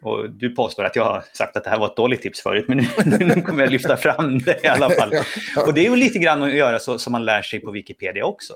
Och du påstår att jag har sagt att det här var ett dåligt tips förut, men nu kommer jag lyfta fram det i alla fall. Och det är ju lite grann att göra så som man lär sig på Wikipedia också.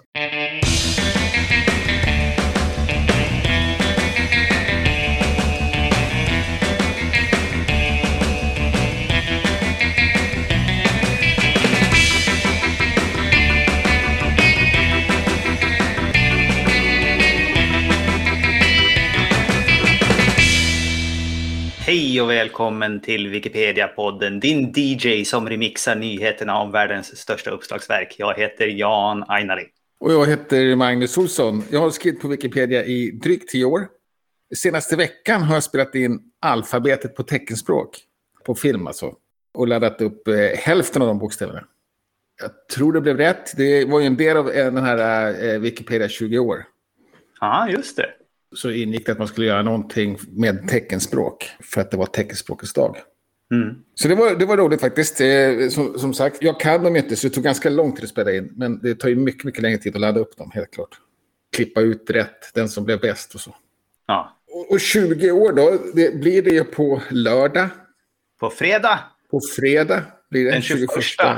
Hej och välkommen till Wikipedia-podden, din DJ som remixar nyheterna om världens största uppslagsverk. Jag heter Jan Ainali. Och jag heter Magnus Olsson. Jag har skrivit på Wikipedia i drygt 10 år. Senaste veckan har jag spelat in alfabetet på teckenspråk, på film alltså, och laddat upp hälften av de bokstäverna. Jag tror det blev rätt. Det var ju en del av den här Wikipedia 20 år. Ja, just det. Så ingick det att man skulle göra någonting med teckenspråk för att det var teckenspråkets dag. Mm. Så det var roligt faktiskt. Som sagt, jag kan dem inte så det tog ganska lång tid att spela in. Men det tar ju mycket, mycket längre tid att ladda upp dem, helt klart. Klippa ut rätt, den som blev bäst och så. Ja. Och 20 år då, blir det ju på lördag. På fredag? På fredag blir det. Den 21.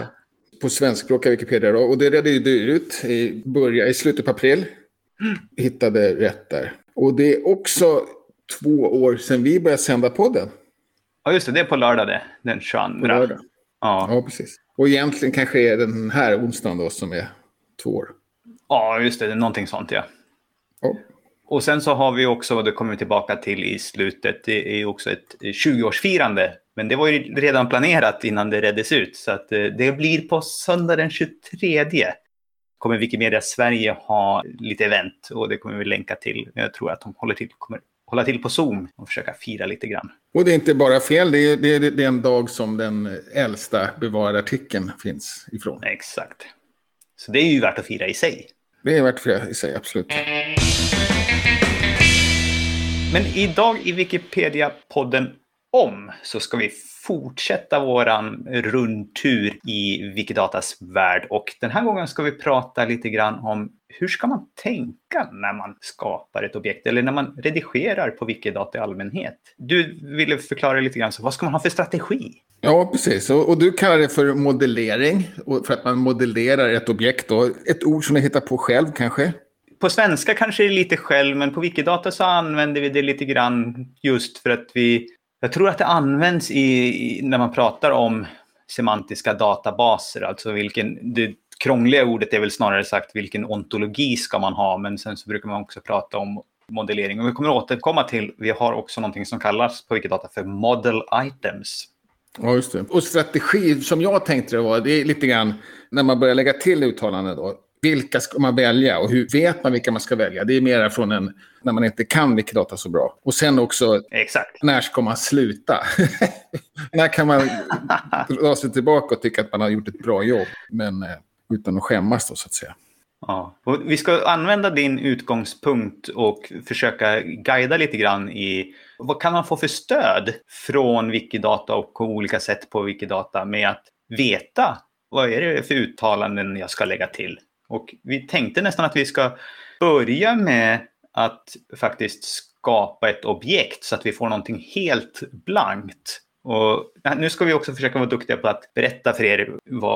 På svenskspråkiga Wikipedia då. Och det redde ju ut i slutet på april. Hittade rätt där. Och det är också 2 år sedan vi började sända podden. Ja just det är på lördag det. Den 22. På lördag. Ja, precis. Och egentligen kanske är den här onsdagen då som är 2 år. Ja just det är någonting sånt ja. Och sen så har vi också, och det kommer vi tillbaka till i slutet, det är också ett 20-årsfirande. Men det var ju redan planerat innan det reddes ut. Så att det blir på söndag den 23. Kommer Wikimedia Sverige ha lite event och det kommer vi länka till. Jag tror att de kommer hålla till på Zoom och försöka fira lite grann. Och det är inte bara fel, det är en dag som den äldsta bevarade artikeln finns ifrån. Exakt. Så det är ju värt att fira i sig. Det är värt att fira i sig, absolut. Men idag i Wikipedia-podden så ska vi fortsätta våran rundtur i Wikidatas värld. Och den här gången ska vi prata lite grann om hur ska man tänka när man skapar ett objekt eller när man redigerar på Wikidata i allmänhet. Du ville förklara lite grann, så vad ska man ha för strategi? Ja, precis. Och du kallar det för modellering, och för att man modellerar ett objekt då. Ett ord som jag hittar på själv kanske. På svenska kanske det är lite själv, men på Wikidata så använder vi det lite grann just för att jag tror att det används när man pratar om semantiska databaser. Alltså det krångliga ordet är väl snarare sagt vilken ontologi ska man ha. Men sen så brukar man också prata om modellering. Och vi kommer återkomma till, vi har också någonting som kallas på Wikidata för model items. Ja, just det. Och strategi som jag tänkte det var, det är lite grann när man börjar lägga till uttalanden då. Vilka ska man välja och hur vet man vilka man ska välja? Det är mer från när man inte kan Wikidata så bra. Och sen också, exakt. När ska man sluta? När kan man dra sig tillbaka och tycka att man har gjort ett bra jobb, men utan att skämmas då, så att säga. Ja, och vi ska använda din utgångspunkt och försöka guida lite grann i vad kan man få för stöd från Wikidata och på olika sätt på Wikidata med att veta vad är det för uttalanden jag ska lägga till. Och vi tänkte nästan att vi ska börja med att faktiskt skapa ett objekt så att vi får någonting helt blankt. Och nu ska vi också försöka vara duktiga på att berätta för er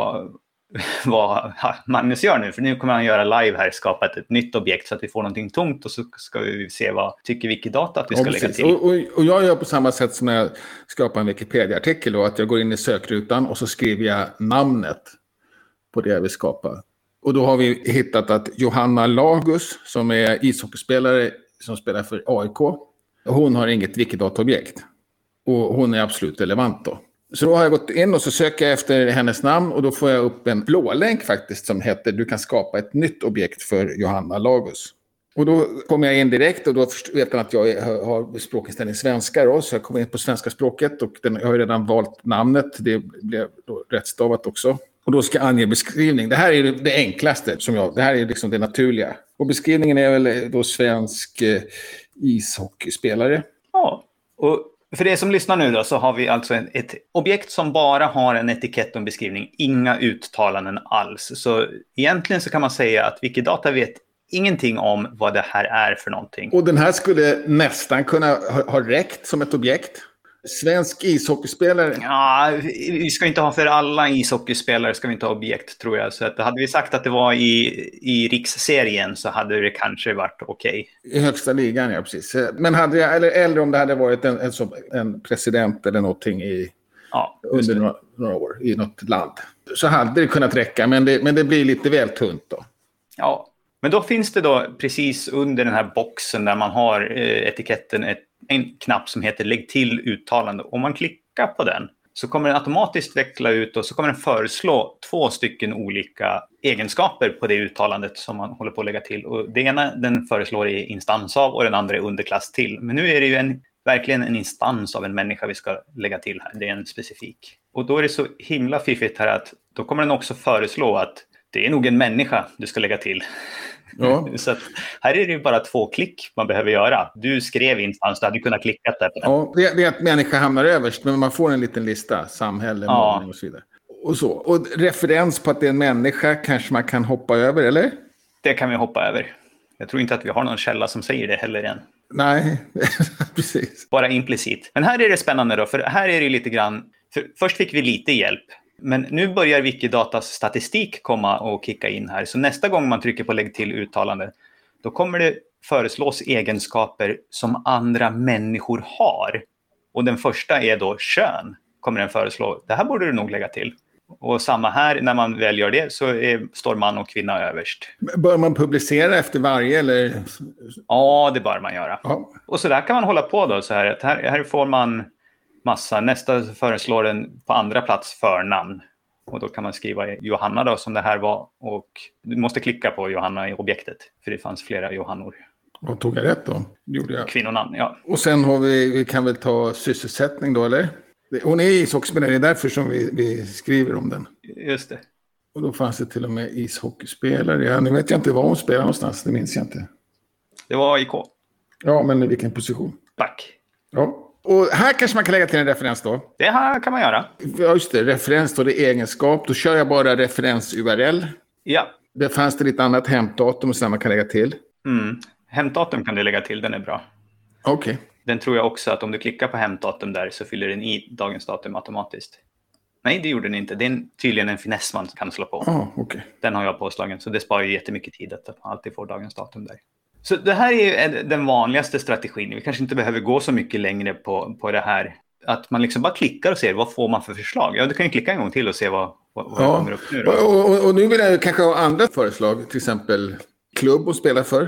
vad Magnus gör nu. För nu kommer han göra live här, skapa ett nytt objekt så att vi får någonting tomt. Och så ska vi se vad tycker Wikidata att vi ska lägga till. Och jag gör på samma sätt som när jag skapar en Wikipedia-artikel då, att jag går in i sökrutan och så skriver jag namnet på det jag vill skapa. Och då har vi hittat att Johanna Lagus, som är ishockeyspelare som spelar för AIK, hon har inget Wikidata-objekt. Och hon är absolut relevant då. Så då har jag gått in och så söker jag efter hennes namn och då får jag upp en blå länk faktiskt som heter du kan skapa ett nytt objekt för Johanna Lagus. Och då kommer jag in direkt och då vet han att jag har språkinställning svenska då, så jag kommer in på svenska språket och jag har redan valt namnet, det blev då rättstavat också. Och då ska jag ange beskrivning. Det här är det enklaste det här är liksom det naturliga. Och beskrivningen är väl då svensk ishockeyspelare. Ja, och för det som lyssnar nu då så har vi alltså ett objekt som bara har en etikett och en beskrivning. Inga uttalanden alls. Så egentligen så kan man säga att Wikidata vet ingenting om vad det här är för någonting. Och den här skulle nästan kunna ha räckt som ett objekt. Svensk ishockeyspelare. Ja, vi ska inte ha för alla ishockeyspelare ska vi inte ha objekt, tror jag. Så att hade vi sagt att det var i riksserien så hade det kanske varit okej. I högsta ligan, ja, precis. Men eller om det hade varit en president eller någonting under några år i något land. Så hade det kunnat räcka, men det blir lite väl tunt då. Ja, men då finns det då precis under den här boxen där man har etiketten en knapp som heter lägg till uttalande. Om man klickar på den så kommer den automatiskt veckla ut och så kommer den föreslå 2 stycken olika egenskaper på det uttalandet som man håller på att lägga till. Och det ena den föreslår är instans av och den andra är underklass till. Men nu är det ju verkligen en instans av en människa vi ska lägga till här. Det är en specifik. Och då är det så himla fiffigt här att då kommer den också föreslå att det är nog en människa du ska lägga till. Ja. Så att här är det ju bara 2 klick man behöver göra. Du skrev instans, du hade kunnat klicka där på den. Ja, det är att människa hamnar överst, men man får en liten lista. Samhälle, målning och så vidare. Och referens på att det är en människa kanske man kan hoppa över, eller? Det kan vi hoppa över. Jag tror inte att vi har någon källa som säger det heller än. Nej, precis. Bara implicit. Men här är det spännande då, för här är det lite grann... Först fick vi lite hjälp. Men nu börjar Wikidatas statistik komma och kicka in här. Så nästa gång man trycker på lägg till uttalande, då kommer det föreslås egenskaper som andra människor har. Och den första är då kön, kommer den föreslå. Det här borde du nog lägga till. Och samma här, när man väl gör det så står man och kvinna överst. Bör man publicera efter varje eller? Ja, det bör man göra. Ja. Och så där kan man hålla på då så här. Att här får man massa. Nästa föreslår den på andra plats förnamn. Och då kan man skriva Johanna då som det här var. Och du måste klicka på Johanna i objektet. För det fanns flera Johannor. Och tog jag rätt då? Gjorde jag. Kvinnonamn, ja. Och sen har vi kan väl ta sysselsättning då, eller? Hon är ishockeyspelare, det är därför som vi skriver om den. Just det. Och då fanns det till och med ishockeyspelare. Ja, nu vet jag inte var hon spelar någonstans, det minns jag inte. Det var IK. Ja, men i vilken position? Back. Ja. Och här kanske man kan lägga till en referens då. Det här kan man göra. Ja, just det. Referens då, det är egenskap. Då kör jag bara referens-URL. Ja. Det fanns det lite annat hämtdatum och sen man kan lägga till. Hämtdatum kan du lägga till, den är bra. Okej. Den tror jag också att om du klickar på hämtdatum där så fyller den i dagens datum automatiskt. Nej, det gjorde den inte. Det är tydligen en finess man kan slå på. Okay. Den har jag påslagen, så det sparar ju jättemycket tid att man alltid får dagens datum där. Så det här är den vanligaste strategin. Vi kanske inte behöver gå så mycket längre på det här. Att man liksom bara klickar och ser vad får man för förslag. Ja, du kan ju klicka en gång till och se vad kommer upp nu då. Och nu vill jag kanske ha andra förslag. Till exempel klubb att spela för.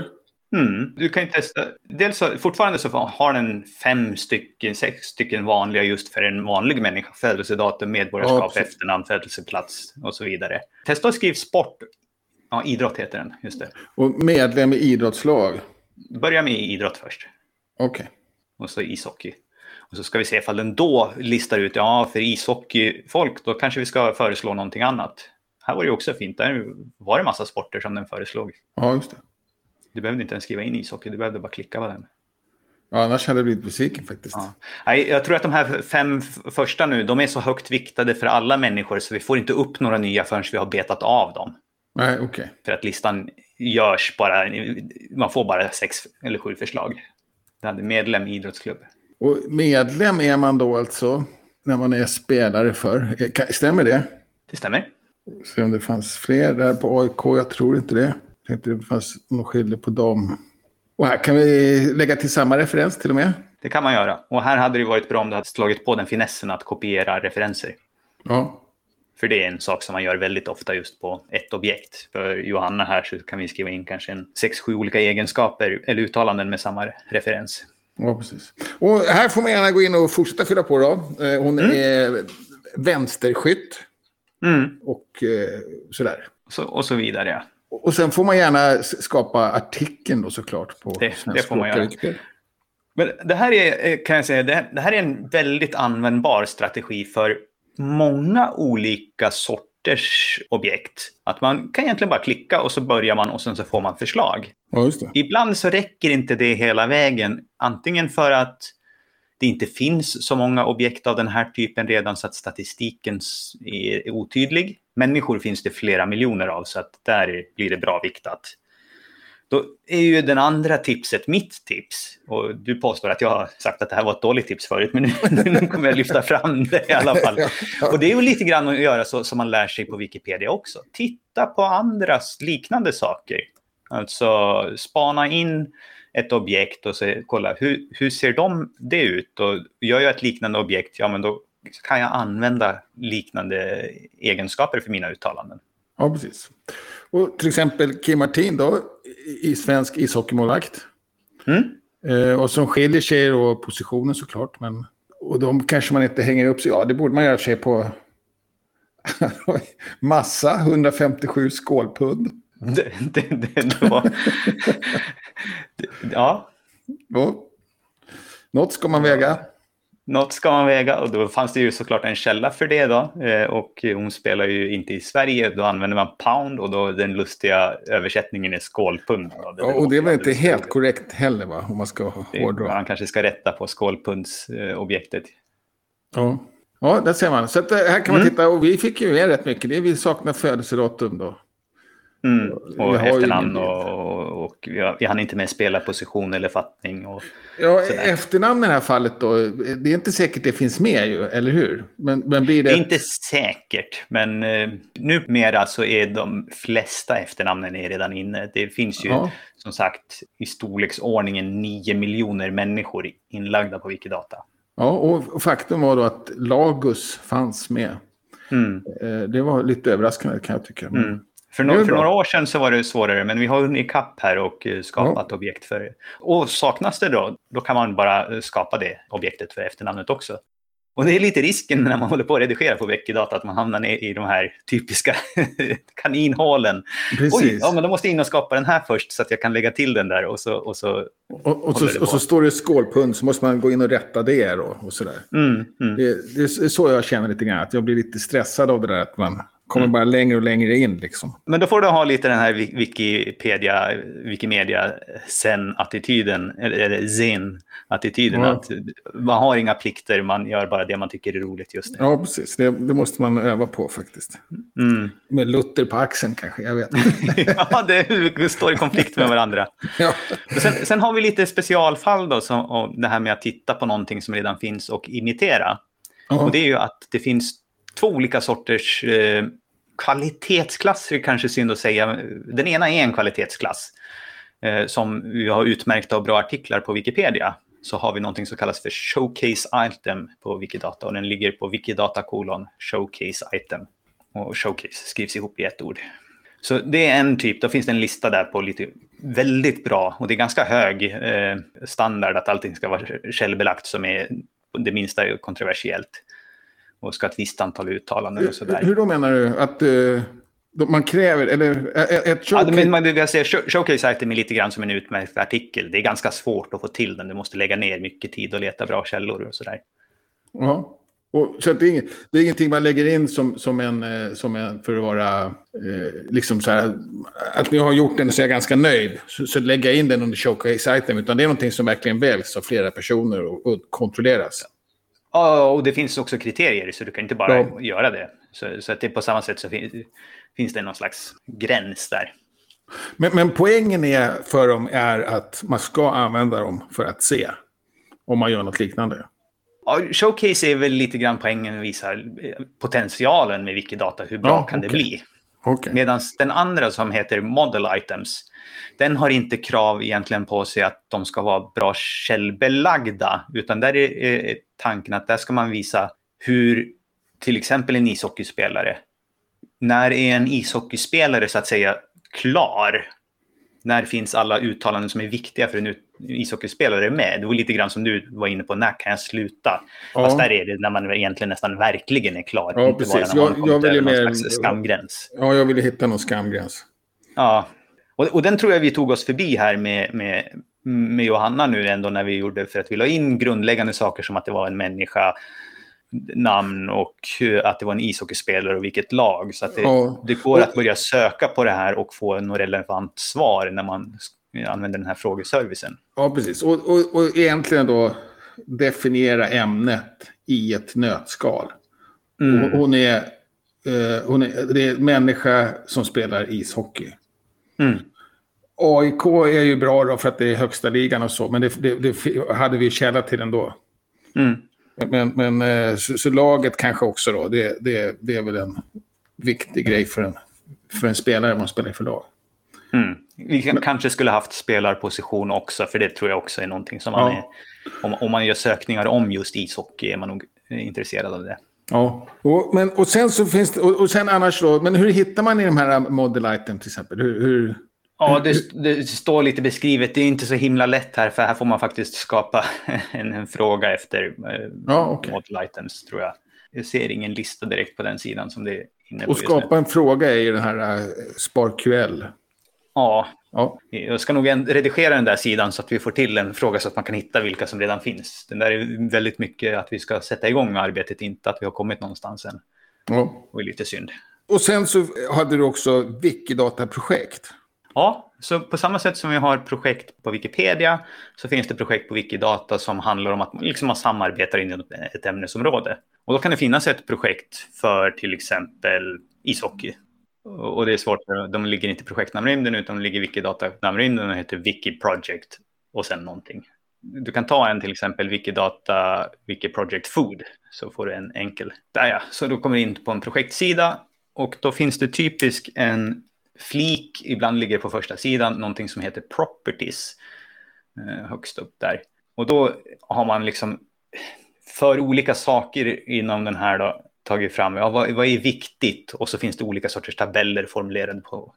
Du kan ju testa. Dels så, fortfarande så har den 6 stycken vanliga just för en vanlig människa. Födelsedatum, medborgarskap, efternamn, födelseplats och så vidare. Testa att skriva sport. Ja, idrott heter den, just det. Och medlem i idrottslag? Börja med idrott först. Okej. Och så ishockey. Och så ska vi se ifall den då listar ut, för ishockeyfolk, då kanske vi ska föreslå någonting annat. Här var det också fint, där var det massa sporter som den föreslog. Ja, just det. Du behövde inte ens skriva in ishockey, du behövde bara klicka på den. Ja, annars hade det blivit besviken faktiskt. Ja. Nej, jag tror att de här 5 första nu, de är så högt viktade för alla människor så vi får inte upp några nya förrän vi har betat av dem. Nej, okej. För att listan görs bara, man får bara 6 eller 7 förslag. Det hade medlem i idrottsklubb. Och medlem är man då alltså när man är spelare för. Stämmer det? Det stämmer. Se om det fanns fler där på AIK, jag tror inte det. Jag tänkte det fanns någon skillnad på dem. Och här kan vi lägga till samma referens till och med. Det kan man göra. Och här hade det varit bra om du hade slagit på den finessen att kopiera referenser. Ja. För det är en sak som man gör väldigt ofta just på ett objekt. För Johanna här så kan vi skriva in kanske 6-7 olika egenskaper eller uttalanden med samma referens. Ja, precis. Och här får man gärna gå in och fortsätta fylla på då. Hon är vänsterskytt. Och sådär. Och så vidare, ja. Och sen får man gärna skapa artikeln då såklart på det får man göra. Men det här är, kan jag säga, det här är en väldigt användbar strategi för många olika sorters objekt. Att man kan egentligen bara klicka och så börjar man och sen så får man förslag. Ja, just det. Ibland så räcker inte det hela vägen. Antingen för att det inte finns så många objekt av den här typen redan så att statistiken är otydlig. Människor finns det flera miljoner av så att där blir det bra viktat. Då är ju den andra tipset mitt tips. Och du påstår att jag har sagt att det här var ett dåligt tips förut, men nu kommer jag lyfta fram det i alla fall. Och det är ju lite grann att göra så som man lär sig på Wikipedia också. Titta på andras liknande saker. Alltså spana in ett objekt och kolla hur ser det ut? Och gör jag ett liknande objekt, ja men då kan jag använda liknande egenskaper för mina uttalanden. Ja, precis. Och till exempel Kim Martin då, i svensk ishockeymålvakt. Och som skiljer sig då positionen såklart. Och de kanske man inte hänger upp sig. Ja, det borde man göra sig på massa, 157 skålpund. Det var... Ja. Något ska man väga. Något ska man väga, och då fanns det ju såklart en källa för det då. Och hon spelar ju inte i Sverige, då använder man pound, och då den lustiga översättningen är skålpund. Och det är väl inte helt korrekt heller, va? Om man ska hårdra. Man kanske ska rätta på skålpundsobjektet. Ja, där ser man. Så att här kan man titta, och vi fick ju med rätt mycket. Det är vi saknar födelsedatum då. Och efternamn och vi hann inte med spelarposition eller fattning. Och efternamn i det här fallet då, det är inte säkert det finns med ju, eller hur? Men blir det... Det är inte säkert, men numera så är de flesta efternamnen är redan inne. Det finns ju som sagt i storleksordningen 9 miljoner människor inlagda på Wikidata. Ja, och faktum var då att Lagus fanns med. Det var lite överraskande kan jag tycka. För några år sedan så var det svårare, men vi har hunnit ikapp här och skapat objekt för det. Och saknas det då kan man bara skapa det objektet för efternamnet också. Och det är lite risken när man håller på att redigera på Wikidata att man hamnar ner i de här typiska kaninhålen. Oj, men då måste jag in och skapa den här först så att jag kan lägga till den där och så står det skålpund, så måste man gå in och rätta det då och sådär. Det är så jag känner lite grann, att jag blir lite stressad av det där att man kommer bara längre och längre in liksom. Men då får du ha lite den här Wikimedia zen-attityden, eller zen-attityden, att man har inga plikter, man gör bara det man tycker är roligt just nu. Ja, precis. Det måste man öva på faktiskt. Med Luther på axeln kanske, jag vet. Ja, det står i konflikt med varandra. Sen har vi lite specialfall då, som det här med att titta på någonting som redan finns och imitera. Och det är ju att det finns 2 olika sorters kvalitetsklasser, kanske synd att säga. Den ena är en kvalitetsklass som vi har utmärkta och bra artiklar på Wikipedia. Så har vi någonting som kallas för showcase item på Wikidata, och den ligger på wikidata:/showcase item. Och showcase skrivs ihop i ett ord. Så det är en typ, då finns det en lista där på lite väldigt bra, och det är ganska hög standard att allting ska vara källbelagt som är det minsta kontroversiellt. Och ska ett visst antal uttalanden och sådär. Hur då menar du? Att man kräver, eller ett showcase... man säga showcase item är lite grann som en utmärkt artikel. Det är ganska svårt att få till den. Du måste lägga ner mycket tid och leta bra källor och sådär. Ja. Och så att det är ingenting man lägger in som en för att vara liksom så här, att ni har gjort den så är jag ganska nöjd, så lägga in den under showcase item, utan det är någonting som verkligen väljs av flera personer och kontrolleras. Ja, och det finns också kriterier, så du kan inte bara göra det. Så att det på samma sätt så finns det någon slags gräns där. Men poängen för dem är att man ska använda dem för att se om man gör något liknande. Ja, showcase är väl lite grann poängen, visar potentialen med Wikidata, hur bra kan det bli. Medan den andra som heter model items, den har inte krav egentligen på sig att de ska vara bra källbelagda, utan där är tanken att där ska man visa hur till exempel en ishockeyspelare, när är en ishockeyspelare så att säga klar? När finns alla uttalanden som är viktiga för en ishockeyspelare med? Det var lite grann som du var inne på, när kan jag sluta? Fast där är det när man egentligen nästan verkligen är klar. Ja, inte precis. bara när man kommer till någon slags skamgräns. Ja, jag ville hitta någon skamgräns. Ja, och den tror jag vi tog oss förbi här med Johanna nu ändå när vi gjorde, för att vi la in grundläggande saker som att det var en människa, namn och att det var en ishockeyspelare och vilket lag. Så att det går att börja söka på det här och få en relevant svar när man använder den här frågeservicen. Ja, precis. Och egentligen då definiera ämnet i ett nötskal. Hon är det är en människa som spelar ishockey. AIK är ju bra då för att det är högsta ligan och så. Men det hade vi källat till ändå. Men så laget kanske också då. Det är väl en viktig grej för en spelare man spelar för lag. Vi kanske skulle haft spelarposition också, för det tror jag också är någonting som man är, om man gör sökningar om just ishockey är man nog intresserad av det. Ja, och sen så finns det, och sen annars då, men hur hittar man i de här model item till exempel? Ja, det står lite beskrivet. Det är inte så himla lätt här, för här får man faktiskt skapa en fråga efter model items, tror jag. Jag ser ingen lista direkt på den sidan som det är inne på. Och skapa en fråga i den här SparkQL. Ja, jag ska nog redigera den där sidan så att vi får till en fråga så att man kan hitta vilka som redan finns. Den där är väldigt mycket att vi ska sätta igång med arbetet, inte att vi har kommit någonstans än. Ja. Och är lite synd. Och sen så hade du också Wikidata-projekt. Ja, så på samma sätt som vi har projekt på Wikipedia så finns det projekt på Wikidata som handlar om att liksom man samarbetar inom ett ämnesområde. Och då kan det finnas ett projekt för till exempel ishockey. Och det är svårt, de ligger inte i projektnamnrymden utan de ligger i Wikidata-namnrymden och heter Wiki Project och sen någonting. Du kan ta en till exempel Wikidata Wiki Project Food, så får du en enkel. Så då kommer du in på en projektsida och då finns det typiskt en flik, ibland ligger på första sidan, någonting som heter Properties högst upp där. Och då har man liksom för olika saker inom den här då tagit fram, vad är viktigt? Och så finns det olika sorters tabeller formulerade på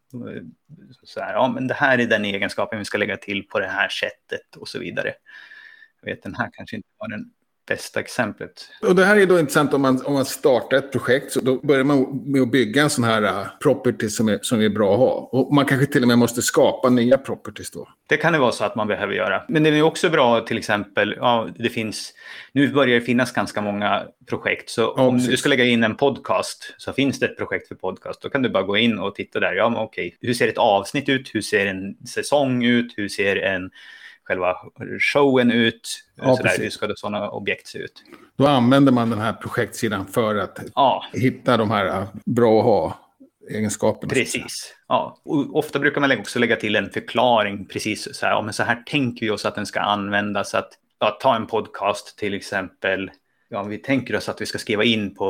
så här, men det här är den egenskapen vi ska lägga till på det här sättet och så vidare. Jag vet, den här kanske inte var den bästa exemplet. Och det här är då intressant om man startar ett projekt, så då börjar man med att bygga en sån här property som är bra att ha. Och man kanske till och med måste skapa nya properties då. Det kan det vara så att man behöver göra. Men det är också bra till exempel, det finns, nu börjar det finnas ganska många projekt. Så om du ska lägga in en podcast så finns det ett projekt för podcast. Då kan du bara gå in och titta där. Ja, men okej. Hur ser ett avsnitt ut? Hur ser en säsong ut? Hur ser själva showen ut? Hur ska det sådana objekt se ut? Då använder man den här projektsidan för att hitta de här bra att ha egenskaperna. Precis. Ja. Och ofta brukar man också lägga till en förklaring. Precis så här, men så här tänker vi oss att den ska användas. Att ta en podcast till exempel. Ja, vi tänker oss att vi ska skriva in på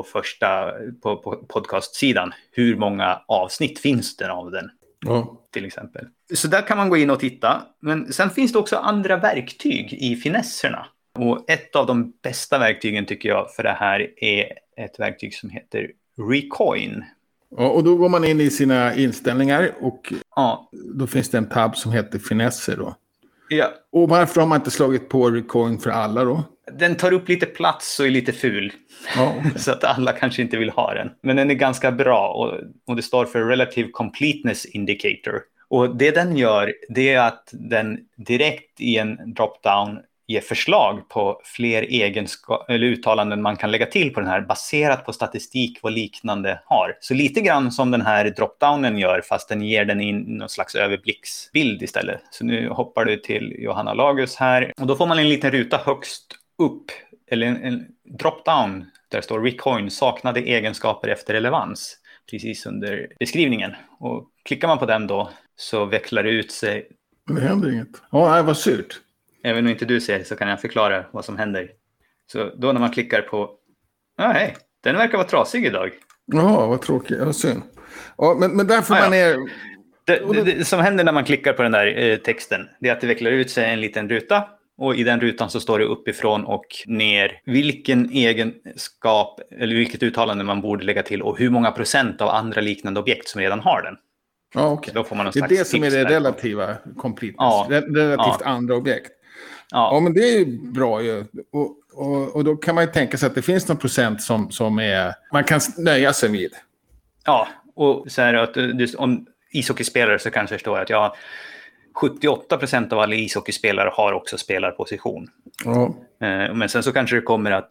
podcastsidan. Hur många avsnitt finns det av den? Ja. Till exempel. Så där kan man gå in och titta. Men sen finns det också andra verktyg i finesserna. Och ett av de bästa verktygen tycker jag för det här är ett verktyg som heter Recoin. Ja, och då går man in i sina inställningar och då finns det en tab som heter finesser då. Ja. Och varför har man inte slagit på Recoin för alla då? Den tar upp lite plats och är lite ful. Ja, okay. Så att alla kanske inte vill ha den. Men den är ganska bra och det står för Relative Completeness Indicator. Och det den gör, det är att den direkt i en drop-down ger förslag på fler eller uttalanden man kan lägga till på den här baserat på statistik vad liknande har. Så lite grann som den här drop-downen gör, fast den ger den in någon slags överblicksbild istället. Så nu hoppar du till Johanna Lagus här och då får man en liten ruta högst upp, eller en drop-down där står Recoin saknade egenskaper efter relevans precis under beskrivningen. Och klickar man på den då så vecklar det ut sig. Det händer inget. Ja, det var surt. Även om inte du ser så kan jag förklara vad som händer. Så då när man klickar på... hej, den verkar vara trasig idag. Ja, vad tråkigt. Ja, synd. Ja, men därför man är... Det som händer när man klickar på den där texten, det är att det vecklar ut sig en liten ruta. Och i den rutan så står det uppifrån och ner vilken egenskap eller vilket uttalande man borde lägga till och hur många procent av andra liknande objekt som redan har den. Ja, okej. Då får man det är det som är det relativa completeness. Relativt andra objekt. Ja, men det är ju bra ju. Och då kan man ju tänka sig att det finns någon procent som är man kan nöja sig med. Ja, och så här att om ishockeyspelare så kanske det står att 78% av alla ishockeyspelare har också spelarposition. Ja. Men sen så kanske det kommer att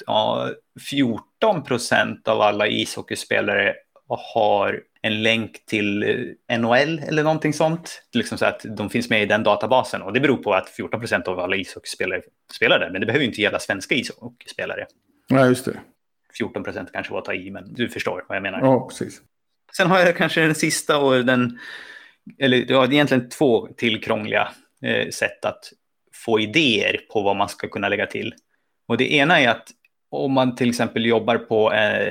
14% av alla ishockeyspelare har en länk till NHL eller någonting sånt. Liksom så att de finns med i den databasen. Och det beror på att 14% av alla ishockeyspelare spelar där. Men det behöver ju inte gälla svenska ishockeyspelare. Ja, just det. 14% kanske var att ta i, men du förstår vad jag menar. Ja, precis. Sen har jag kanske den sista och den eller du har egentligen 2 krångliga sätt att få idéer på vad man ska kunna lägga till. Och det ena är att om man till exempel jobbar på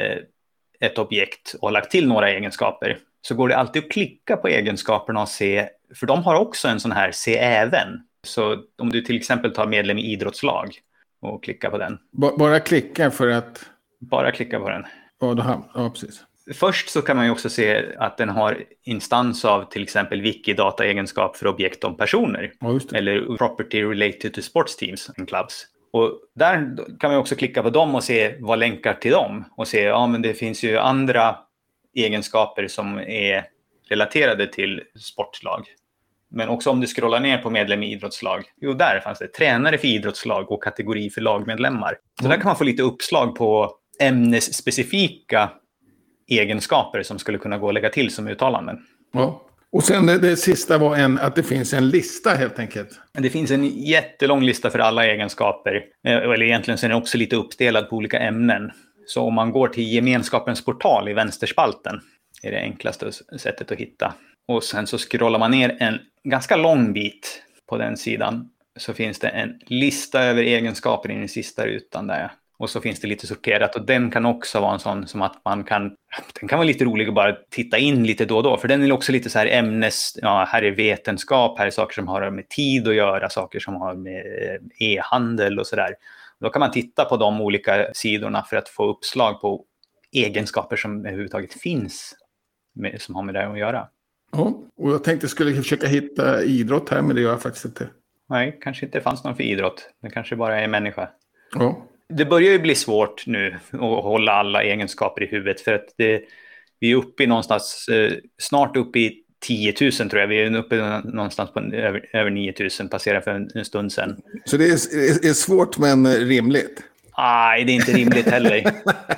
ett objekt och har lagt till några egenskaper, så går det alltid att klicka på egenskaperna och se, för de har också en sån här se även. Så om du till exempel tar medlem i idrottslag och klickar på den. Bara klicka för att... Bara klicka på den. Ja, precis. Först så kan man ju också se att den har instans av till exempel Wikidata-egenskap för objekt om personer. Ja, just det. Eller property related to sports teams and clubs. Och där kan man också klicka på dem och se vad länkar till dem. Och se, ja men det finns ju andra egenskaper som är relaterade till sportlag. Men också om du scrollar ner på medlem i idrottslag. Jo, där fanns det tränare för idrottslag och kategori för lagmedlemmar. Så där kan man få lite uppslag på ämnesspecifika egenskaper som skulle kunna gå att lägga till som uttalanden. Ja. Och sen det sista var att det finns en lista helt enkelt. Det finns en jättelång lista för alla egenskaper. Eller egentligen så är den också lite uppdelad på olika ämnen. Så om man går till gemenskapens portal i vänsterspalten är det enklaste sättet att hitta. Och sen så scrollar man ner en ganska lång bit på den sidan. Så finns det en lista över egenskaper i den sista rutan där. Och så finns det lite sorterat, och den kan också vara en sån som att den kan vara lite rolig att bara titta in lite då och då. För den är också lite så här här är vetenskap, här är saker som har med tid att göra, saker som har med e-handel och sådär. Då kan man titta på de olika sidorna för att få uppslag på egenskaper som överhuvudtaget finns som har med det att göra. Ja, och jag tänkte skulle försöka hitta idrott här, men det gör jag faktiskt inte. Nej, kanske inte fanns någon för idrott. Det kanske bara är människa. Ja. Det börjar ju bli svårt nu att hålla alla egenskaper i huvudet, för att vi är uppe i någonstans, snart uppe i 10 000 tror jag. Vi är uppe någonstans på över 9 000, passerade för en stund sedan. Så det är svårt men rimligt? Nej, det är inte rimligt heller.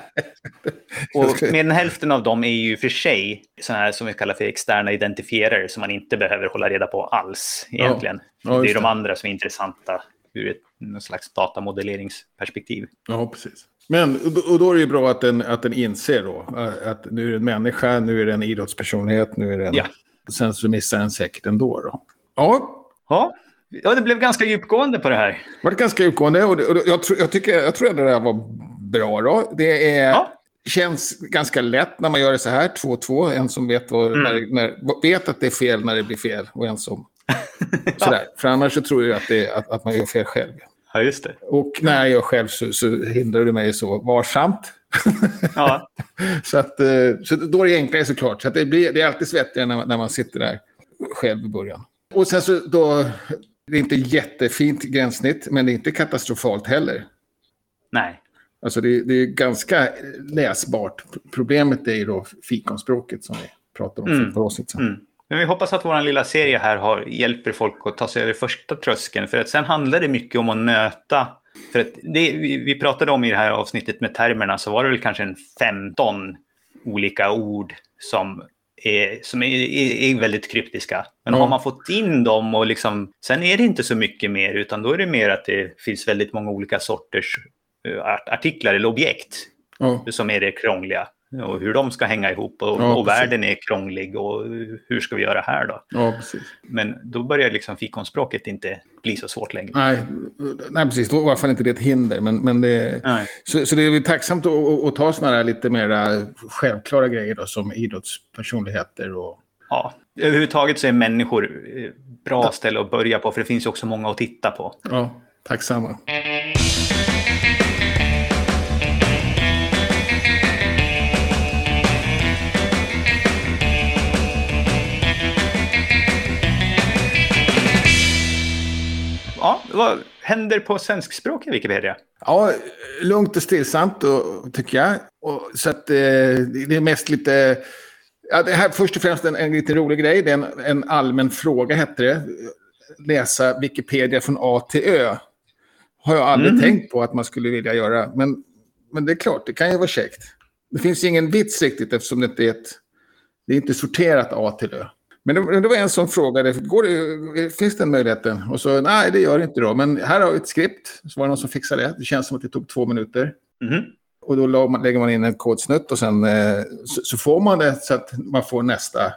Och mer än hälften av dem är ju för sig sådana här som vi kallar för externa identifierare som man inte behöver hålla reda på alls egentligen. Ja, det är de andra som är intressanta ur ett slags datamodelleringsperspektiv. Ja, precis. Men och då är det ju bra att den inser då att nu är det en människa, nu är det en idrottspersonlighet, nu är det en... Ja. Sen så missar den säkert ändå då. Ja, det blev ganska djupgående på det här. Det var ganska djupgående, och jag tror att det där var bra då. Det känns ganska lätt när man gör det så här, 2-2. En som vet, vet att det är fel när det blir fel, och en som... Sådär. För annars så tror jag att man gör fel själv. Ja, just det. Och när jag gör själv så hindrar du mig så varsamt. Ja. så då är det enklare såklart. Så att det är alltid svettigare när man sitter där själv i början. Och sen så då, det är inte jättefint gränssnitt, men det är inte katastrofalt heller. Nej. Alltså det är ganska läsbart. Problemet är ju då fikonspråket som vi pratade om för oss sedan. Men vi hoppas att vår lilla serie här hjälper folk att ta sig över första tröskeln. För att sen handlar det mycket om att nöta. För att vi pratade om i det här avsnittet med termerna, så var det väl kanske 15 olika ord som är väldigt kryptiska. Men har man fått in dem och liksom, sen är det inte så mycket mer, utan då är det mer att det finns väldigt många olika sorters artiklar eller objekt som är det krångliga. Och hur de ska hänga ihop och världen är krånglig och hur ska vi göra här då? Ja, precis. Men då börjar liksom fikonspråket inte bli så svårt längre. Nej precis. Då var i alla fall inte det ett hinder. Men det, så det är tacksamt att ta sådana här lite mer självklara grejer då, som idrottspersonligheter och... Ja, överhuvudtaget så är människor bra ställe att börja på, för det finns ju också många att titta på. Ja, tacksamma. Ja, vad händer på svenskspråk i Wikipedia? Ja, lugnt och stillsamt tycker jag. Så att det är mest lite... Ja, det här först och främst en lite rolig grej. Det är en allmän fråga, heter det. Läsa Wikipedia från A till Ö. Har jag aldrig tänkt på att man skulle vilja göra. Men det är klart, det kan ju vara käckt. Det finns ingen vits riktigt eftersom det är inte sorterat A till Ö. Men det var en som frågade, finns den möjligheten? Och så, nej det gör det inte då. Men här har vi ett skript, så var det någon som fixade det. Det känns som att det tog 2 minuter. Och då lägger man in en kodsnutt och sen så får man det så att man får nästa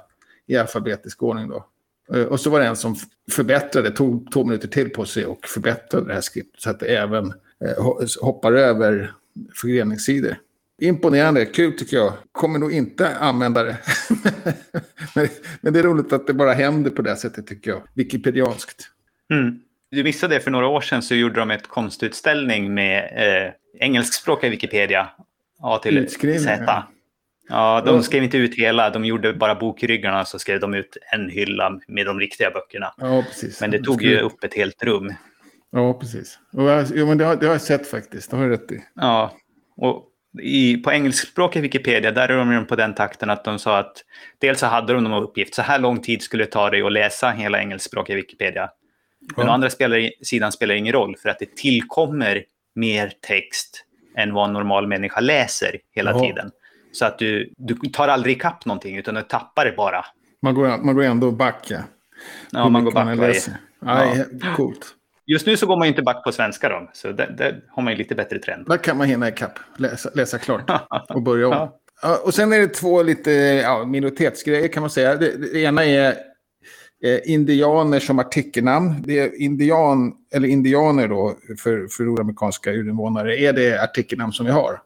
i alfabetisk ordning då. Och så var det en som förbättrade, tog 2 minuter till på sig och förbättrade det här skriptet så att det även hoppar över förgreningssidor. Imponerande, kul tycker jag. Kommer nog inte använda det. Men det är roligt att det bara händer på det sättet tycker jag. Wikipedianskt. Du missade det för några år sedan, så gjorde de ett konstutställning med engelskspråkiga Wikipedia. A till Z. Ja, de skrev inte ut hela, de gjorde bara bokryggarna, så skrev de ut en hylla med de riktiga böckerna. Ja, precis. Men det tog ju upp ett helt rum. Ja, precis. Men det har jag sett faktiskt, det har du rätt i. Ja, och på engelskspråkiga Wikipedia, där är de på den takten att de sa att dels så hade de någon uppgift, så här lång tid skulle det ta dig att läsa hela engelskspråkiga Wikipedia. Men å andra sidan spelar det ingen roll, för att det tillkommer mer text än vad en normal människa läser hela tiden. Så att du tar aldrig ikapp någonting, utan du tappar det bara. Man går ändå back, ja. Ja, man går back. Nej, coolt. Just nu så går man ju inte back på svenska då, så där har man ju lite bättre trend. Där kan man hinna ikapp, läsa klart och börja om. Ja, och sen är det 2 lite minoritetsgrejer kan man säga. Det ena är indianer som artikelnamn. Det är indianer då för nordamerikanska urinvånare är det artikelnamn som vi har.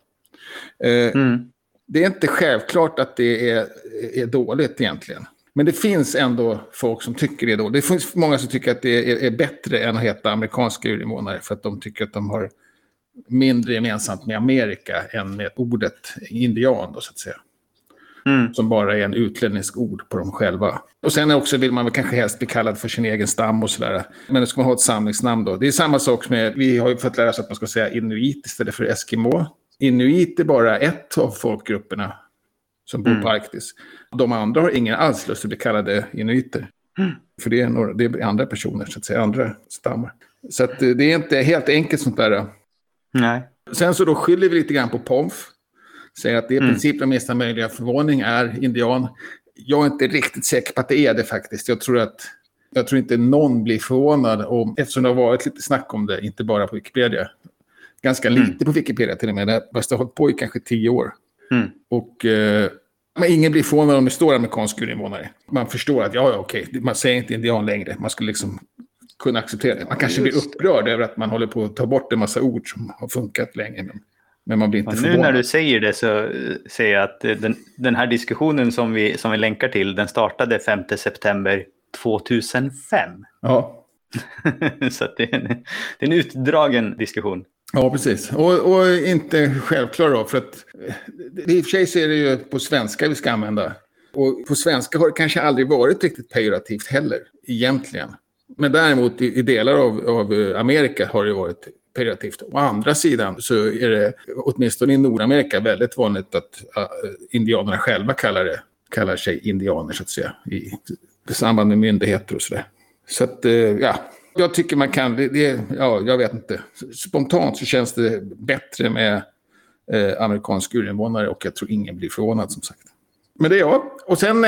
Det är inte självklart att det är dåligt egentligen. Men det finns ändå folk som tycker det är dåligt. Det finns många som tycker att det är bättre än att heta amerikanska urinvånare, för att de tycker att de har mindre gemensamt med Amerika än med ordet indian då, så att säga. Som bara är en utlänningsk ord på dem själva. Och sen också vill man väl kanske helst bli kallad för sin egen stam och sådär. Men då ska man ha ett samlingsnamn då. Det är samma sak med, vi har ju fått lära oss att man ska säga inuit istället för eskimo. Inuit är bara ett av folkgrupperna som bor på Arktis. De andra har ingen alls lust att bli kallade inuiter. För det är andra personer, så att säga, andra stammar. Så att det är inte helt enkelt sånt där. Nej. Sen så då skyller vi lite grann på POMF. Säger att det i princip den minsta möjliga förvåning är indian. Jag är inte riktigt säker på att det är det faktiskt. Jag tror inte någon blir förvånad eftersom det har varit lite snack om det, inte bara på Wikipedia. Ganska lite på Wikipedia till och med. Det har hållit på i kanske 10 år. Men ingen blir förvånad om det står amerikansk urinvånare. Man förstår att okej, man säger inte indian längre. Man skulle liksom kunna acceptera det. Man kanske blir upprörd över att man håller på att ta bort en massa ord som har funkat länge. Men man blir inte förvånad. Nu när du säger det så säger jag att den här diskussionen som vi länkar till, den startade 5 september 2005. Ja. Så att det är en utdragen diskussion. Ja, precis. Och inte självklar då, för att i och för sig så är det ju på svenska vi ska använda. Och på svenska har det kanske aldrig varit riktigt pejorativt heller, egentligen. Men däremot i delar av Amerika har det varit pejorativt. Å andra sidan så är det åtminstone i Nordamerika väldigt vanligt att indianerna själva kallar sig indianer, så att säga, i samband med myndigheter och sådär. Så att, jag tycker man kan, jag vet inte. Spontant så känns det bättre med amerikansk urinvånare, och jag tror ingen blir förvånad, som sagt. Men det är jag. Och sen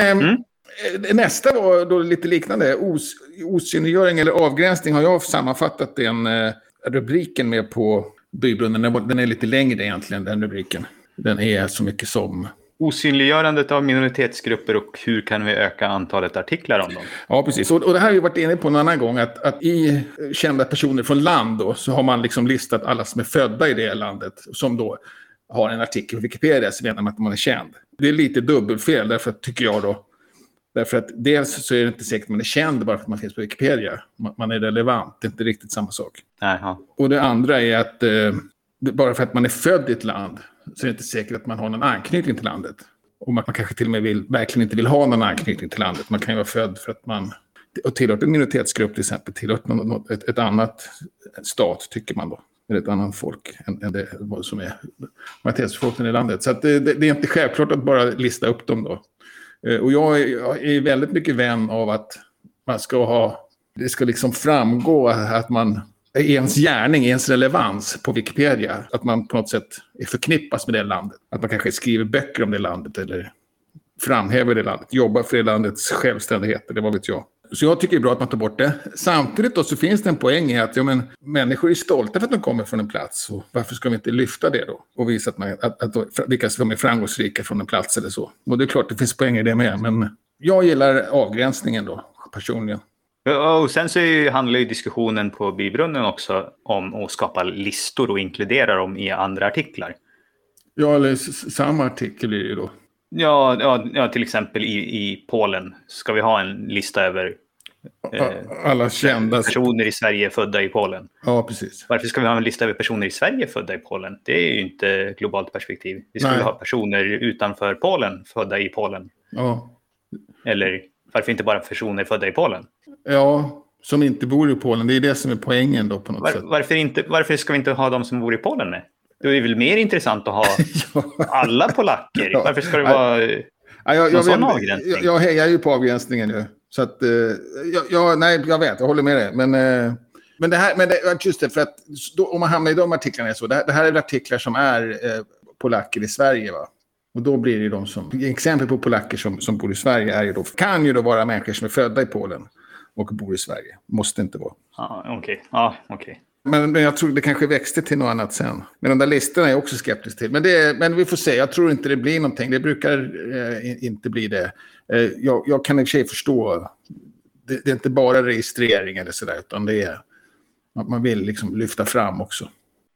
nästa var då lite liknande. Osynliggöring eller avgränsning har jag sammanfattat den rubriken med på bybrunnen. Den är lite längre egentligen, den rubriken. Den är så mycket som... Osynliggörandet av minoritetsgrupper och hur kan vi öka antalet artiklar om dem? Ja, precis. Och det här har vi varit inne på en annan gång. Att i kända personer från land då, så har man liksom listat alla som är födda i det landet. Som då har en artikel på Wikipedia, så vet man att man är känd. Det är lite dubbelfel, därför att, tycker jag då. Därför att dels så är det inte säkert att man är känd bara för att man finns på Wikipedia. Man är relevant, det är inte riktigt samma sak. Aha. Och det andra är att bara för att man är född i ett land så är det inte säkert att man har någon anknytning till landet. Och man kanske till och med verkligen inte vill ha någon anknytning till landet. Man kan ju vara född för att man tillhört en minoritetsgrupp, till exempel tillhört ett annat stat, tycker man då. Eller ett annat folk än det som är majoritetsbefolkningen i landet. Så att det är inte självklart att bara lista upp dem då. Och jag är väldigt mycket vän av att man det ska liksom framgå att man ens gärning, ens relevans på Wikipedia, att man på något sätt är förknippas med det landet. Att man kanske skriver böcker om det landet eller framhäver det landet, jobbar för det landets självständighet, eller vad vet jag. Så jag tycker det är bra att man tar bort det. Samtidigt då så finns det en poäng i att människor är stolta för att de kommer från en plats. Och varför ska vi inte lyfta det då? Och visa att vilka som är framgångsrika från en plats eller så. Och det är klart det finns poäng i det med. Men Jag gillar avgränsningen då, personligen. Och sen så handlar ju diskussionen på Bybrunnen också om att skapa listor och inkludera dem i andra artiklar. Ja, eller samma artikel blir det då. Ja, till exempel i Polen ska vi ha en lista över alla kända personer i Sverige födda i Polen. Ja, precis. Varför ska vi ha en lista över personer i Sverige födda i Polen? Det är ju inte globalt perspektiv. Vi skulle ha personer utanför Polen födda i Polen. Ja. Eller varför inte bara personer födda i Polen? Ja, som inte bor i Polen. Det är det som är poängen då på något sätt. Varför ska vi inte ha de som bor i Polen med? Det är väl mer intressant att ha alla polacker. Ja. Varför ska det vara någon sån avgränsning? Jag hejar ju på avgränsningen nu. Så att, jag vet, jag håller med dig. Men det här, just det, för att då, om man hamnar i de artiklarna så, det här är artiklar som är polacker i Sverige, va? Och då blir det de som, exempel på polacker som bor i Sverige är ju då, kan ju då vara människor som är födda i Polen och bor i Sverige. Måste inte vara. Okej. Men jag tror det kanske växte till något annat sen. Men de där listorna är jag också skeptisk till. Men vi får se, jag tror inte det blir någonting. Det brukar inte bli det. Jag kan i och för sig förstå, det är inte bara registrering eller sådär, utan det är att man vill liksom lyfta fram också.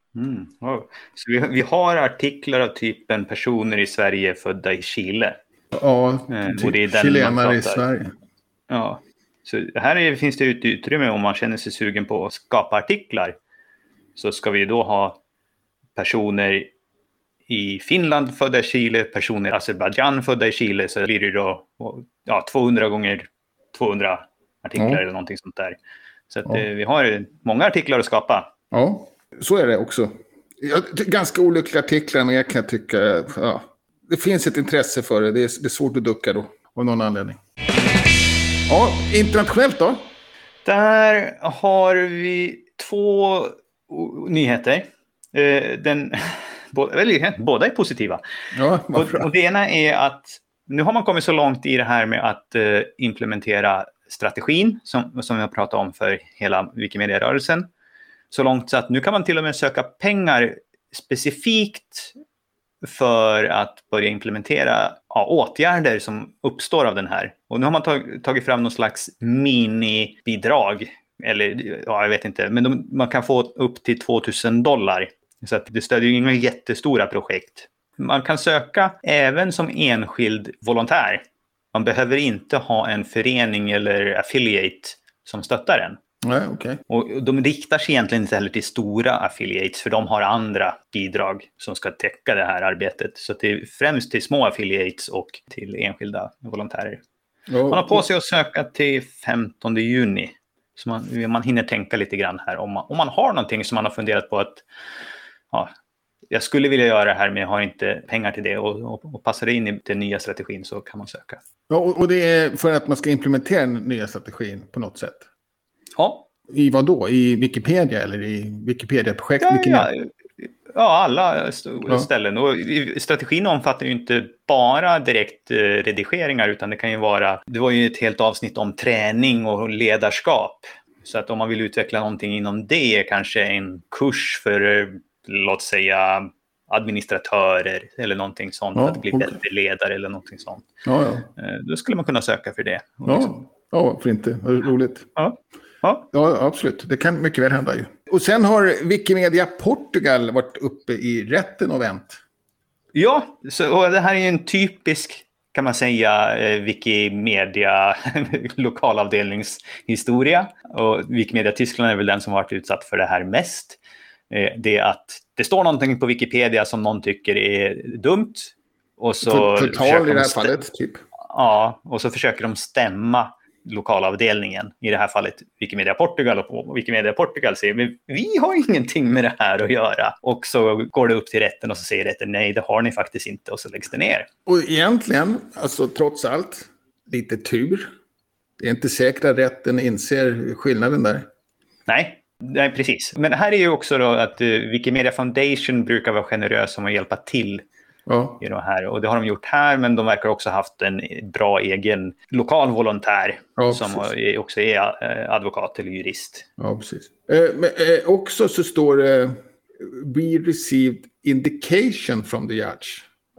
Så vi har artiklar av typen personer i Sverige födda i Chile. Ja, och det är den chilenare i Sverige. Ja, så här finns det ett utrymme om man känner sig sugen på att skapa artiklar. Så ska vi då ha personer i Finland födda i Chile, personer i Azerbaijan födda i Chile, så blir det då 200 gånger 200 artiklar eller någonting sånt där. Så att vi har många artiklar att skapa. Ja, så är det också. Ganska olyckliga artiklar, men jag kan tycka det finns ett intresse för det. Det är svårt att ducka då, av någon anledning. Ja, internationellt då? Där har vi 2 nyheter. Båda är positiva. Ja, och det ena är att nu har man kommit så långt i det här med att implementera strategin som vi har pratat om för hela Wikimedia-rörelsen. Så långt så att nu kan man till och med söka pengar specifikt för att börja implementera åtgärder som uppstår av den här. Och nu har man tagit fram någon slags minibidrag. Eller jag vet inte, men man kan få upp till $2000. Så att det stödjer ju inga jättestora projekt. Man kan söka även som enskild volontär. Man behöver inte ha en förening eller affiliate som stöttar en. Nej, okay. Och de riktar sig egentligen inte heller till stora affiliates, för de har andra bidrag som ska täcka det här arbetet. Så det är främst till små affiliates och till enskilda volontärer. Man har på sig att söka till 15 juni. Så man hinner tänka lite grann här. Om man har någonting som man har funderat på att jag skulle vilja göra det här men jag har inte pengar till det, och passar det in i den nya strategin så kan man söka. Ja, och det är för att man ska implementera den nya strategin på något sätt? Ja. I vad då? I Wikipedia eller i Wikipedia-projekt? Alla ställen. Och strategin omfattar ju inte bara direkt redigeringar, utan det kan ju vara... Det var ju ett helt avsnitt om träning och ledarskap. Så att om man vill utveckla någonting inom det, kanske en kurs för, låt säga, administratörer eller någonting sånt, att bli bättre ledare eller någonting sånt. Då skulle man kunna söka för det. Ja, för inte. Roligt. Ja, absolut. Det kan mycket väl hända ju. Och sen har Wikimedia Portugal varit uppe i rätten och vänt. Ja, och det här är ju en typisk, kan man säga, Wikimedia lokalavdelningshistoria. Och Wikimedia Tyskland är väl den som har varit utsatt för det här mest. Det är att det står någonting på Wikipedia som någon tycker är dumt. Och så förtal i det här fallet, typ. Ja, och så försöker de stämma lokalavdelningen, i det här fallet Wikimedia Portugal, och Wikimedia Portugal säger men vi har ingenting med det här att göra, och så går det upp till rätten och så säger rätten nej, det har ni faktiskt inte, och så läggs det ner. Och egentligen, alltså trots allt, lite tur. Det är inte säkert att rätten inser skillnaden där. Nej, precis. Men här är ju också då att Wikimedia Foundation brukar vara generös om att hjälpa till i de här. Och det har de gjort här, men de verkar också ha haft en bra egen lokal volontär som också är advokat eller jurist. Ja, precis. Men också så står det We received indication from the judge.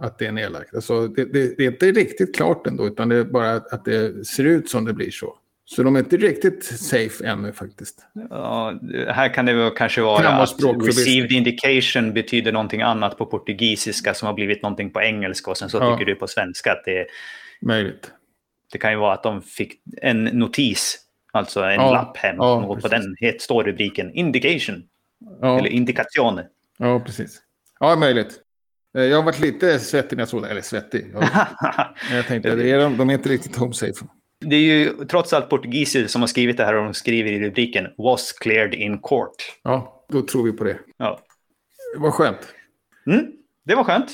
att det är nedlagt. Alltså, det är inte riktigt klart ändå, utan det är bara att det ser ut som det blir så. Så de är inte riktigt safe ännu faktiskt. Ja, här kan det väl kanske vara att received indication betyder någonting annat på portugisiska som har blivit någonting på engelska och sen så tycker du på svenska att det är möjligt. Det kan ju vara att de fick en notis, alltså en lapp hem och på den står rubriken indication eller indikationer. Ja, precis. Ja, möjligt. Jag har varit lite svettig när jag såg det, eller svettig. Jag tänkte att de är inte riktigt home safe. Det är ju trots allt portugiser som har skrivit det här och de skriver i rubriken was cleared in court. Ja, då tror vi på det. Ja. Det var skönt. Det var skönt.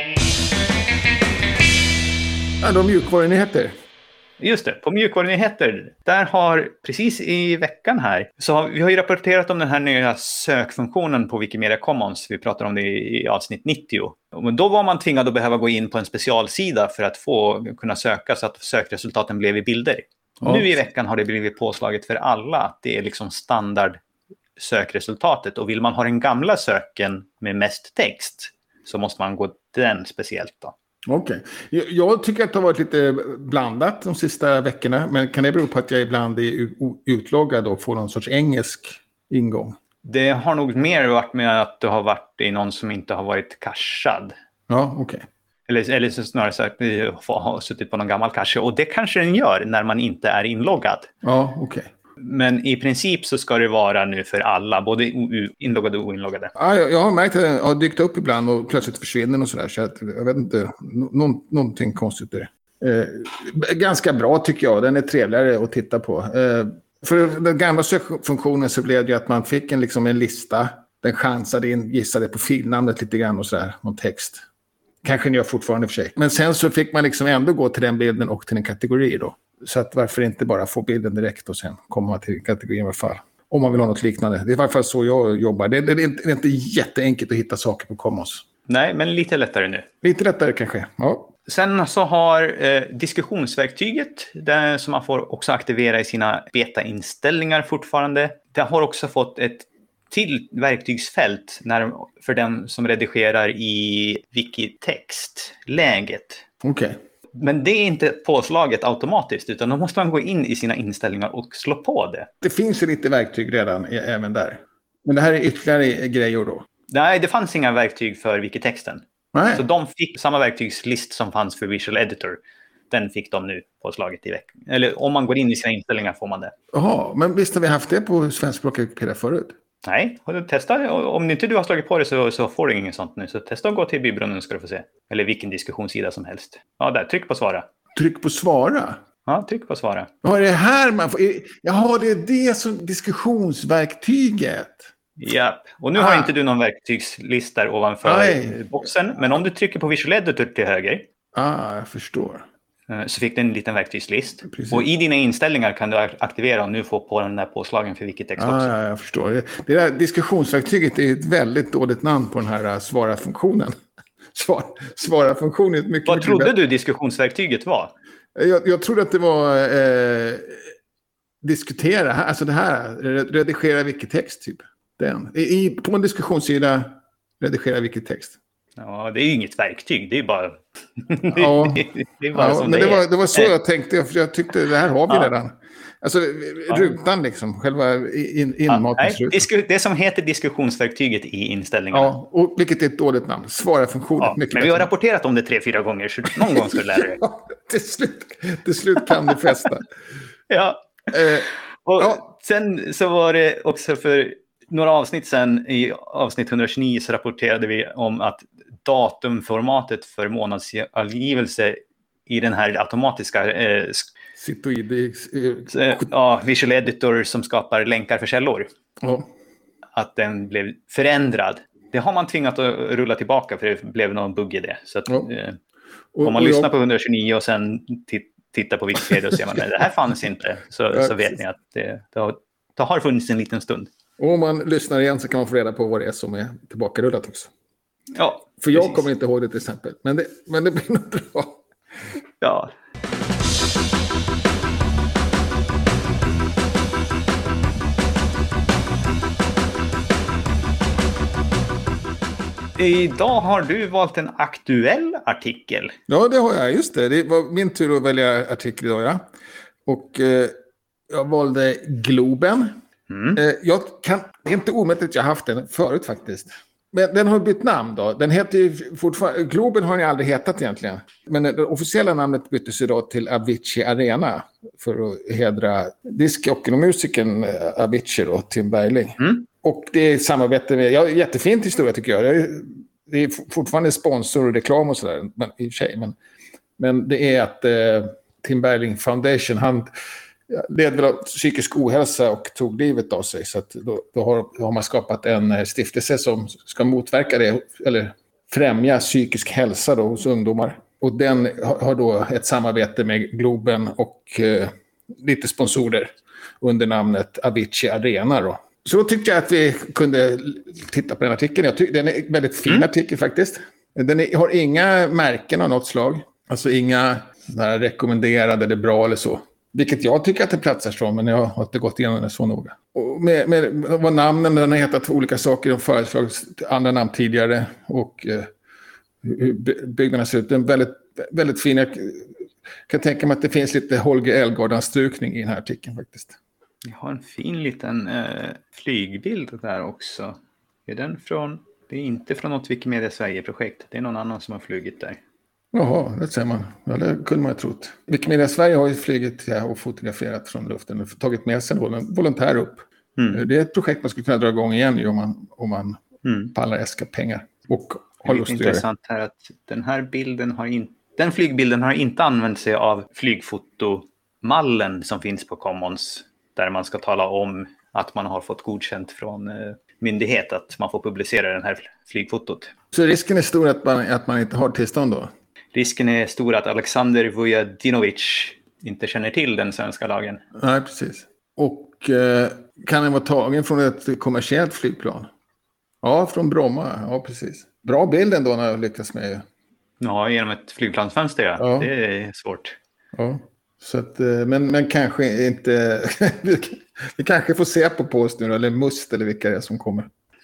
Ja, de mjukvarunyheter. Just det, på mjukvarunyheter. Där har precis i veckan här så vi har ju rapporterat om den här nya sökfunktionen på Wikimedia Commons. Vi pratade om det i avsnitt 90. Men då var man tvingad att behöva gå in på en specialsida för att kunna söka så att sökresultaten blev i bilder. Ja. Nu i veckan har det blivit påslaget för alla. Det är liksom standard sökresultatet. Och vill man ha den gamla söken med mest text så måste man gå till den speciellt då. Okej. Jag tycker att det har varit lite blandat de sista veckorna. Men kan det bero på att jag ibland är utloggad och får någon sorts engelsk ingång? Det har nog mer varit med att du har varit i någon som inte har varit cachad. Ja, okej. Eller snarare så att du har suttit på någon gammal cache. Och det kanske den gör när man inte är inloggad. Ja, okej. Men i princip så ska det vara nu för alla, både inloggade och oinloggade. Ja, jag har märkt att den har dykt upp ibland och plötsligt försvinner och sådär. Så jag vet inte, någonting konstigt är det. Ganska bra tycker jag, den är trevligare att titta på. För den gamla sökfunktionen så blev det ju att man fick en lista. Den chansade in, gissade på filnamnet lite grann och sådär, någon text. Kanske ni gör fortfarande för sig. Men sen så fick man ändå gå till den bilden och till en kategori då. Så att varför inte bara få bilden direkt och sen komma till kategorin i alla fall. Om man vill ha något liknande. Det är i alla fall så jag jobbar. Det är inte jätteenkelt att hitta saker på Commons. Nej, men lite lättare nu. Lite lättare kanske, ja. Sen så har diskussionsverktyget, där som man får också aktivera i sina beta-inställningar fortfarande. Det har också fått ett till verktygsfält för den som redigerar i Wikitext-läget. Okej. Men det är inte påslaget automatiskt, utan då måste man gå in i sina inställningar och slå på det. Det finns ju lite verktyg redan även där. Men det här är ytterligare grejer då? Nej, det fanns inga verktyg för Wikitexten. Nej. Så de fick samma verktygslist som fanns för Visual Editor. Den fick de nu påslaget i veckan. Eller om man går in i sina inställningar får man det. Jaha, men visst har vi haft det på svenskspråkiga Wikipedia förut? Nej, testa. Om inte du har slagit på det så får du inget sånt nu. Så testa att gå till Bybrunnen ska du få se. Eller vilken diskussionssida som helst. Ja, där. Tryck på svara. Tryck på svara? Ja, tryck på svara. Ja, är det här man får... Jaha, det är det som diskussionsverktyget. Ja, och nu har inte du någon verktygslist där ovanför boxen. Men om du trycker på Visual Editor till höger. Jag förstår. Så fick du en liten verktygslist. Precis. Och i dina inställningar kan du aktivera och nu få på den där påslagen för Wikitext också. Ja, jag förstår. Det där diskussionsverktyget är ett väldigt dåligt namn på den här svara-funktionen. Svara-funktionen är mycket... Vad trodde du diskussionsverktyget var? Jag trodde att det var diskutera, alltså det här, redigera Wikitext typ. På en diskussionssida redigera Wikitext. Ja, det är ju inget verktyg, det är bara... det är bara som men det var så jag tänkte, för jag tyckte det här har vi redan. Alltså rutan liksom, själva inmatningsrutan. Det som heter diskussionsverktyget i inställningarna. Ja, och vilket är ett dåligt namn. Svara-funktionen. Ja, men vi har rapporterat om det 3-4 gånger, så någon gång ska du lära dig. Ja, till slut kan du fästa. Ja. Sen så var det också för några avsnitt sen, i avsnitt 129 så rapporterade vi om att datumformatet för månadsangivelse i den här automatiska Visual Editor som skapar länkar för källor. Att den blev förändrad. Det har man tvingat att rulla tillbaka för det blev någon bugg i det. Så att, om man lyssnar på 129 och sen tittar på Wikipedia och ser man att det här fanns inte. Så vet ni att det har funnits en liten stund. Och om man lyssnar igen så kan man få reda på vad det är som är tillbakarullat också. Ja, för jag kommer inte ihåg det till exempel. Men det blir nog bra. Ja. Idag har du valt en aktuell artikel. Ja, det har jag. Just det. Det var min tur att välja artikel idag, ja. Och jag valde Globen. Det är inte omöjligt att jag har haft den förut faktiskt. Men den har bytt namn då. Den heter ju fortfarande... Globen har den aldrig hetat egentligen. Men det officiella namnet byttes idag till Avicii Arena. För att hedra diskjockeyn och musikern Avicii då, Tim Bergling. Och det är samarbete med... Ja, jättefint historia tycker jag. Det är fortfarande sponsor och reklam och sådär. Men, i och för sig, men det är att Tim Bergling Foundation, han led väl av psykisk ohälsa och tog livet av sig. Så att då har man skapat en stiftelse som ska motverka det, eller främja psykisk hälsa då hos ungdomar. Och den har då ett samarbete med Globen och lite sponsorer under namnet Avicii Arena då. Så då tyckte jag att vi kunde titta på den artikeln. Jag tycker den är en väldigt fin artikel faktiskt. Den har inga märken av något slag. Alltså inga rekommenderade eller bra eller så. Vilket jag tycker att det platsar som, men jag har inte gått igenom det så noga. Och med vad namnen, den har hetat olika saker och föreslagit andra namn tidigare. Och hur byggnaderna ser ut. Den är väldigt, väldigt fin. Jag kan tänka mig att det finns lite Holger Elgård-anstrukning i den här artikeln faktiskt. Jag har en fin liten flygbild där också. Det är inte från något Wikimedia Sverige-projekt. Det är någon annan som har flugit där. Jaha, det ser man. Ja, det kunde man ha trott. Wikimedia Sverige har ju flugit och fotograferat från luften och tagit med sig en volontär upp. Det är ett projekt man skulle kunna dra igång igen om man pallar äska pengar. Och har lust att göra det. Intressant här att den här bilden den flygbilden har inte använt sig av flygfotomallen som finns på Commons. Där man ska tala om att man har fått godkänt från myndighet att man får publicera den här flygfotot. Så risken är stor att man inte har tillstånd då? Risken är stor att Alexander Vujadinovic inte känner till den svenska lagen. Nej, precis. Och kan den vara tagen från ett kommersiellt flygplan? Ja, från Bromma. Ja, precis. Bra bild ändå när jag lyckas med. Ja, genom ett flygplansfönster, ja. Det är svårt. Ja. Så att, men kanske inte... vi kanske får se på oss nu, eller Must eller vilka det är som kommer.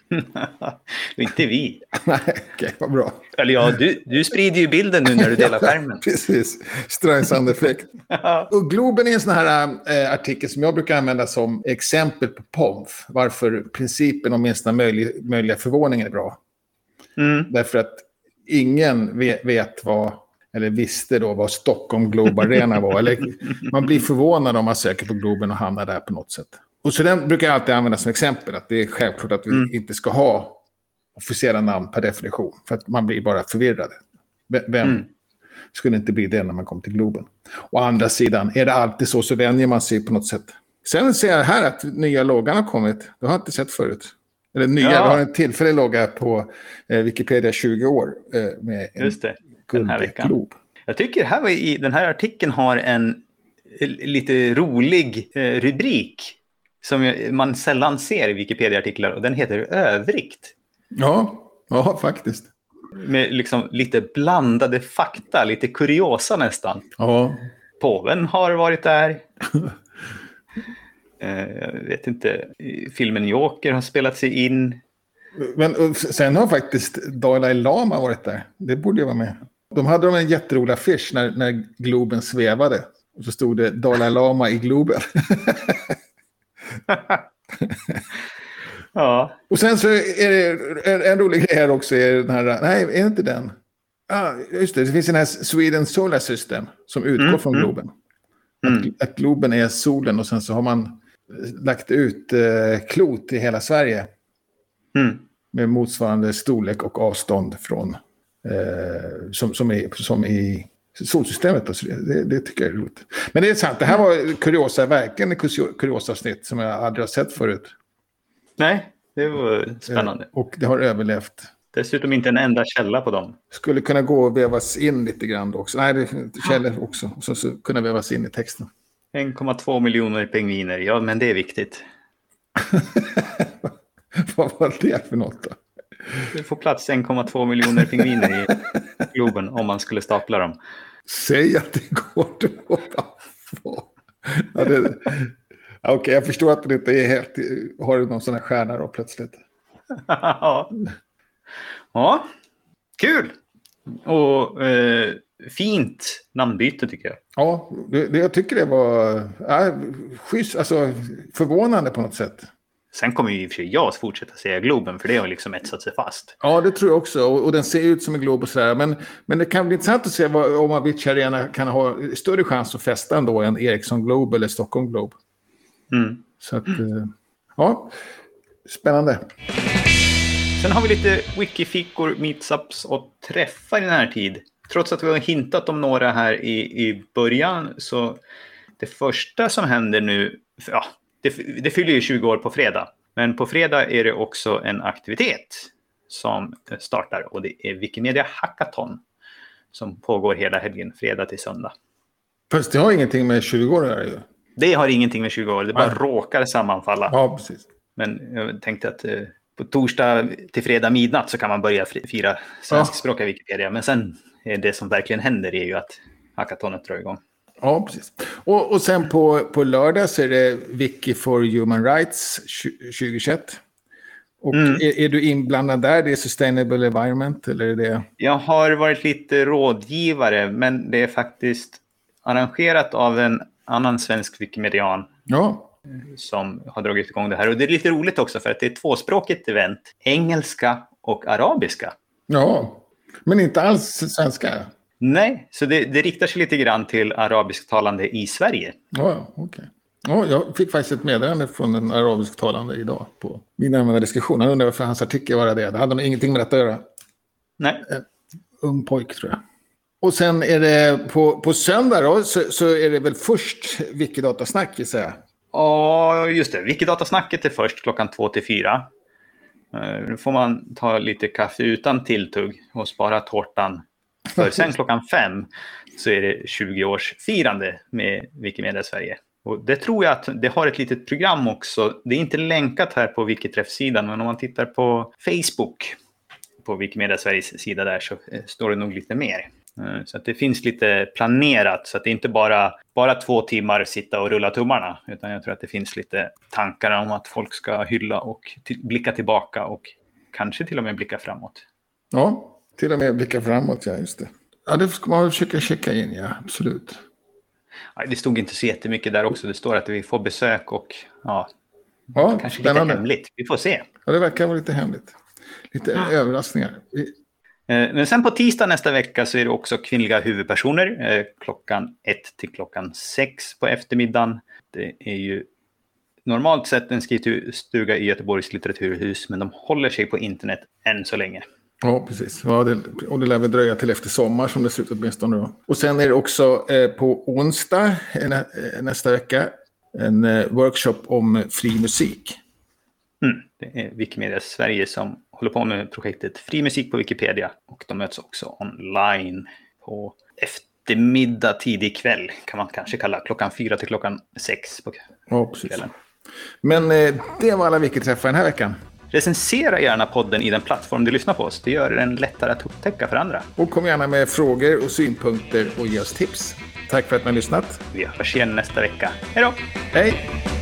Inte vi. Nej, okej, vad bra. Eller ja, du sprider ju bilden nu när du delar skärmen. Precis, Streisand-effekt. Och Globen är en sån här artikel som jag brukar använda som exempel på POMF. Varför principen om minsta möjliga förvåning är bra. Därför att ingen vet eller visste då vad Stockholm Globe Arena var. Eller man blir förvånad om man söker på Globen och hamnar där på något sätt. Och så den brukar jag alltid använda som exempel. Att det är självklart att vi inte ska ha officiella namn per definition. För att man blir bara förvirrad. Vem skulle inte bli det när man kommer till Globen? Å andra sidan, är det alltid så vänjer man sig på något sätt. Sen ser jag här att nya loggan har kommit. Det har jag inte sett förut. Eller nya, vi har en tillfällig logga på Wikipedia 20 år. Med just det, den här veckan. Glob. Jag tycker den här artikeln har en lite rolig rubrik som man sällan ser i Wikipedia-artiklar, och den heter Övrigt. Ja, faktiskt. Med liksom lite blandade fakta, lite kuriosa nästan. Ja. Påven har varit där. Jag vet inte, filmen Joker har spelat sig in. Men sen har faktiskt Dalai Lama varit där. Det borde ju vara med. De hade en jätterolig affisch när Globen svävade. Och så stod det Dalai Lama i Globen. Ja. Och sen så är det en rolig grej här också. Är den här, nej, är det inte den? Just det finns den här Sweden Solar System som utgår från Globen. Att Globen är solen, och sen så har man lagt ut klot i hela Sverige. Med motsvarande storlek och avstånd från som i solsystemet. Alltså det tycker jag är roligt. Men det är sant, det här var kuriosa, verkligen en kuriosa-avsnitt som jag aldrig har sett förut. Nej, det var spännande. Och det har överlevt. Dessutom inte en enda källa på dem. Skulle kunna gå och vävas in lite grann då också. Nej, det är källor också. Så kunna vävas in i texten. 1,2 miljoner pingviner. Ja, men det är viktigt. Vad var det för något då? Det får plats 1,2 miljoner pingviner i Globen om man skulle stapla dem. Säg att det går då. Okej, jag förstår att det inte är helt... Har du någon sån här stjärna då plötsligt? Ja. Ja, kul! Och fint namnbyte tycker jag. Ja, jag tycker det var schysst, alltså förvånande på något sätt. Sen kommer ju i och för sig jag att fortsätta säga Globen, för det har liksom etsat sig fast. Ja, det tror jag också. Och den ser ut som en glob och sådär. Men det kan bli intressant att se om Avicii Arena kan ha större chans att fästa ändå än Ericsson Globe eller Stockholm Globe. Mm. Så att, ja, spännande. Sen har vi lite wikifikor, meetups och träffar i den här tid. Trots att vi har hintat om några här i början, så det första som händer nu, ja, det fyller ju 20 år på fredag. Men på fredag är det också en aktivitet som startar, och det är Wikimedia Hackathon som pågår hela helgen, fredag till söndag. Fast det har ingenting med 20 år att göra ju. Det har ingenting med 20 år, det bara råkar sammanfalla. Ja, precis. Men jag tänkte att på torsdag till fredag midnatt så kan man börja fira svenskspråkiga Wikipedia. Men sen är det som verkligen händer är ju att hackathonet drar igång. Ja, precis. Och sen på lördag så är det Wiki for Human Rights 2021. Och är du inblandad där? Det är Sustainable Environment eller är det? Jag har varit lite rådgivare, men det är faktiskt arrangerat av en annan svensk wikimedian. Ja. Som har dragit igång det här. Och det är lite roligt också för att det är tvåspråkigt event. Engelska och arabiska. Ja, men inte alls svenska. Nej, så det riktar sig lite grann till arabisktalande i Sverige. Ja, okej. Ja, jag fick faktiskt ett meddelande från en arabisktalande idag på min användardiskussion. Han undrade varför hans artikel var det. Det hade nog ingenting med detta att göra. Nej. Ung pojk tror jag. Och sen är det på söndag då, så är det väl först Wikidatasnack i sig. Ja, just det. Wikidatasnacket är först klockan 2 till 4. Nu får man ta lite kaffe utan tilltugg och spara tårtan. För sen klockan 5 så är det 20-årsfirande med Wikimedia Sverige. Och det tror jag att det har ett litet program också. Det är inte länkat här på Wikiträff-sidan, men om man tittar på Facebook på Wikimedia Sveriges sida där så står det nog lite mer. Så att det finns lite planerat, så att det inte bara 2 timmar sitta och rulla tummarna, utan jag tror att det finns lite tankar om att folk ska hylla och blicka tillbaka och kanske till och med blicka framåt. Ja, till och med blicka framåt, ja just det. Ja, det ska man försöka checka in, ja, absolut. Ja, det stod inte så jättemycket där också, det står att vi får besök och kanske spännande. Lite hemligt, vi får se. Ja, det verkar vara lite hemligt. Lite överraskningar. Men sen på tisdag nästa vecka så är det också kvinnliga huvudpersoner klockan 1 till klockan 6 på eftermiddagen. Det är ju normalt sett en skrivstuga i Göteborgs litteraturhus, men de håller sig på internet än så länge. Ja, precis. Ja, det lär väl dröja till efter sommar som det ser ut åtminstone då. Och sen är det också på onsdag nästa vecka en workshop om fri musik. Det är Wikimedia Sverige som håller på med projektet Fri musik på Wikipedia. Och de möts också online på eftermiddag, tidig kväll. Kan man kanske kalla klockan 4 till klockan 6 på kvällen. Ja, precis. Men det var alla Wikiträffar den här veckan. Recensera gärna podden i den plattform du lyssnar på oss. Det gör den lättare att upptäcka för andra. Och kom gärna med frågor och synpunkter och ge oss tips. Tack för att ni har lyssnat. Vi hörs igen nästa vecka. Hej då! Hej!